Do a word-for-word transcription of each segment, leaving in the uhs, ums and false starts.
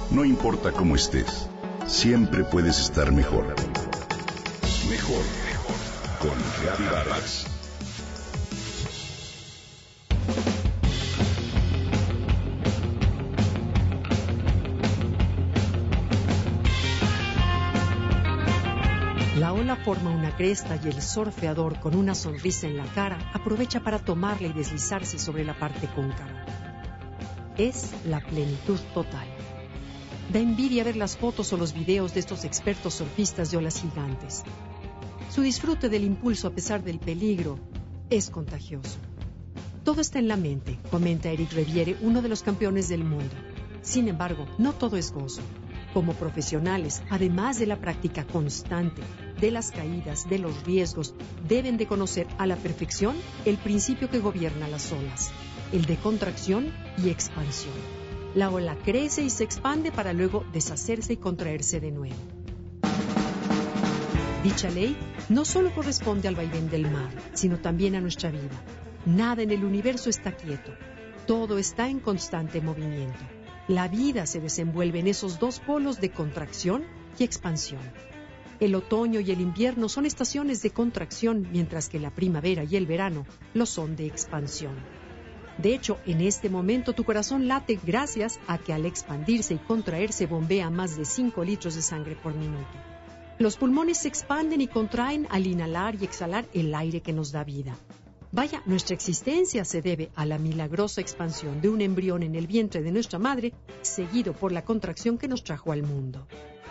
No importa cómo estés, siempre puedes estar mejor. Mejor, mejor. Con Gaby Vargas. La ola forma una cresta y el surfeador, con una sonrisa en la cara, aprovecha para tomarla y deslizarse sobre la parte cóncava. Es la plenitud total. Da envidia ver las fotos o los videos de estos expertos surfistas de olas gigantes. Su disfrute del impulso a pesar del peligro es contagioso. Todo está en la mente, comenta Eric Riviere, uno de los campeones del mundo. Sin embargo, no todo es gozo. Como profesionales, además de la práctica constante, de las caídas, de los riesgos, deben de conocer a la perfección el principio que gobierna las olas, el de contracción y expansión. La ola crece y se expande para luego deshacerse y contraerse de nuevo. Dicha ley no solo corresponde al vaivén del mar, sino también a nuestra vida. Nada en el universo está quieto, todo está en constante movimiento. La vida se desenvuelve en esos dos polos de contracción y expansión. El otoño y el invierno son estaciones de contracción, mientras que la primavera y el verano lo son de expansión. De hecho, en este momento tu corazón late gracias a que al expandirse y contraerse bombea más de cinco litros de sangre por minuto. Los pulmones se expanden y contraen al inhalar y exhalar el aire que nos da vida. Vaya, nuestra existencia se debe a la milagrosa expansión de un embrión en el vientre de nuestra madre, seguido por la contracción que nos trajo al mundo.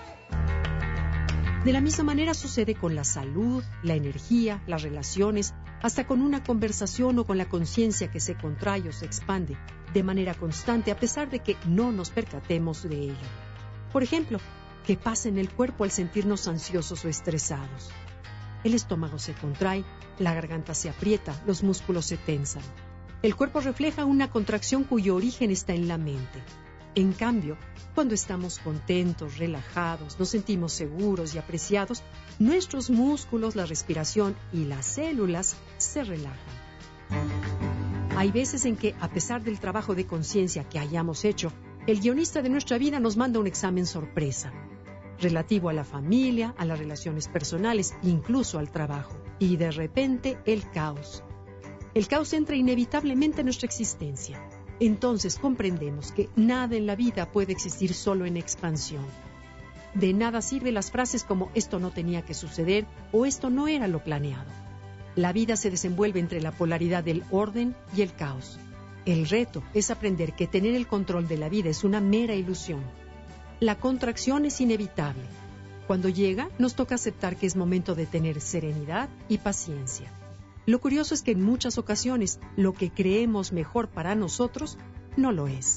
De la misma manera sucede con la salud, la energía, las relaciones, hasta con una conversación o con la conciencia que se contrae o se expande de manera constante a pesar de que no nos percatemos de ello. Por ejemplo, ¿qué pasa en el cuerpo al sentirnos ansiosos o estresados? El estómago se contrae, la garganta se aprieta, los músculos se tensan. El cuerpo refleja una contracción cuyo origen está en la mente. En cambio, cuando estamos contentos, relajados, nos sentimos seguros y apreciados, nuestros músculos, la respiración y las células se relajan. Hay veces en que, a pesar del trabajo de conciencia que hayamos hecho, el guionista de nuestra vida nos manda un examen sorpresa, relativo a la familia, a las relaciones personales, incluso al trabajo. Y de repente, el caos. El caos entra inevitablemente en nuestra existencia. Entonces comprendemos que nada en la vida puede existir solo en expansión. De nada sirven las frases como esto no tenía que suceder o esto no era lo planeado. La vida se desenvuelve entre la polaridad del orden y el caos. El reto es aprender que tener el control de la vida es una mera ilusión. La contracción es inevitable. Cuando llega, nos toca aceptar que es momento de tener serenidad y paciencia. Lo curioso es que en muchas ocasiones lo que creemos mejor para nosotros no lo es.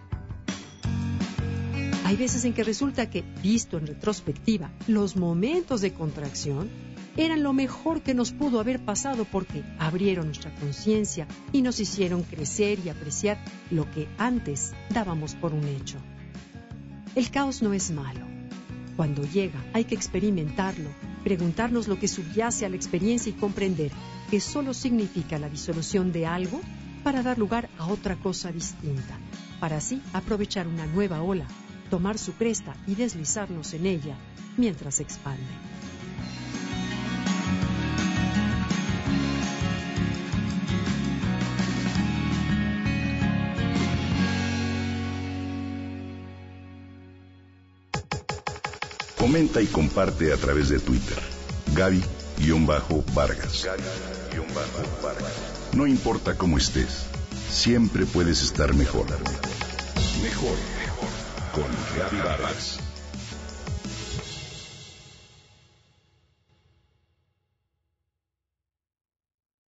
Hay veces en que resulta que, visto en retrospectiva, los momentos de contracción eran lo mejor que nos pudo haber pasado porque abrieron nuestra conciencia y nos hicieron crecer y apreciar lo que antes dábamos por un hecho. El caos no es malo. Cuando llega, hay que experimentarlo, preguntarnos lo que subyace a la experiencia y comprender que solo significa la disolución de algo para dar lugar a otra cosa distinta, para así aprovechar una nueva ola, tomar su cresta y deslizarnos en ella mientras se expande. Comenta y comparte a través de Twitter. Gaby-Vargas. No importa cómo estés, siempre puedes estar mejor. Mejor, mejor. Con Gaby Vargas.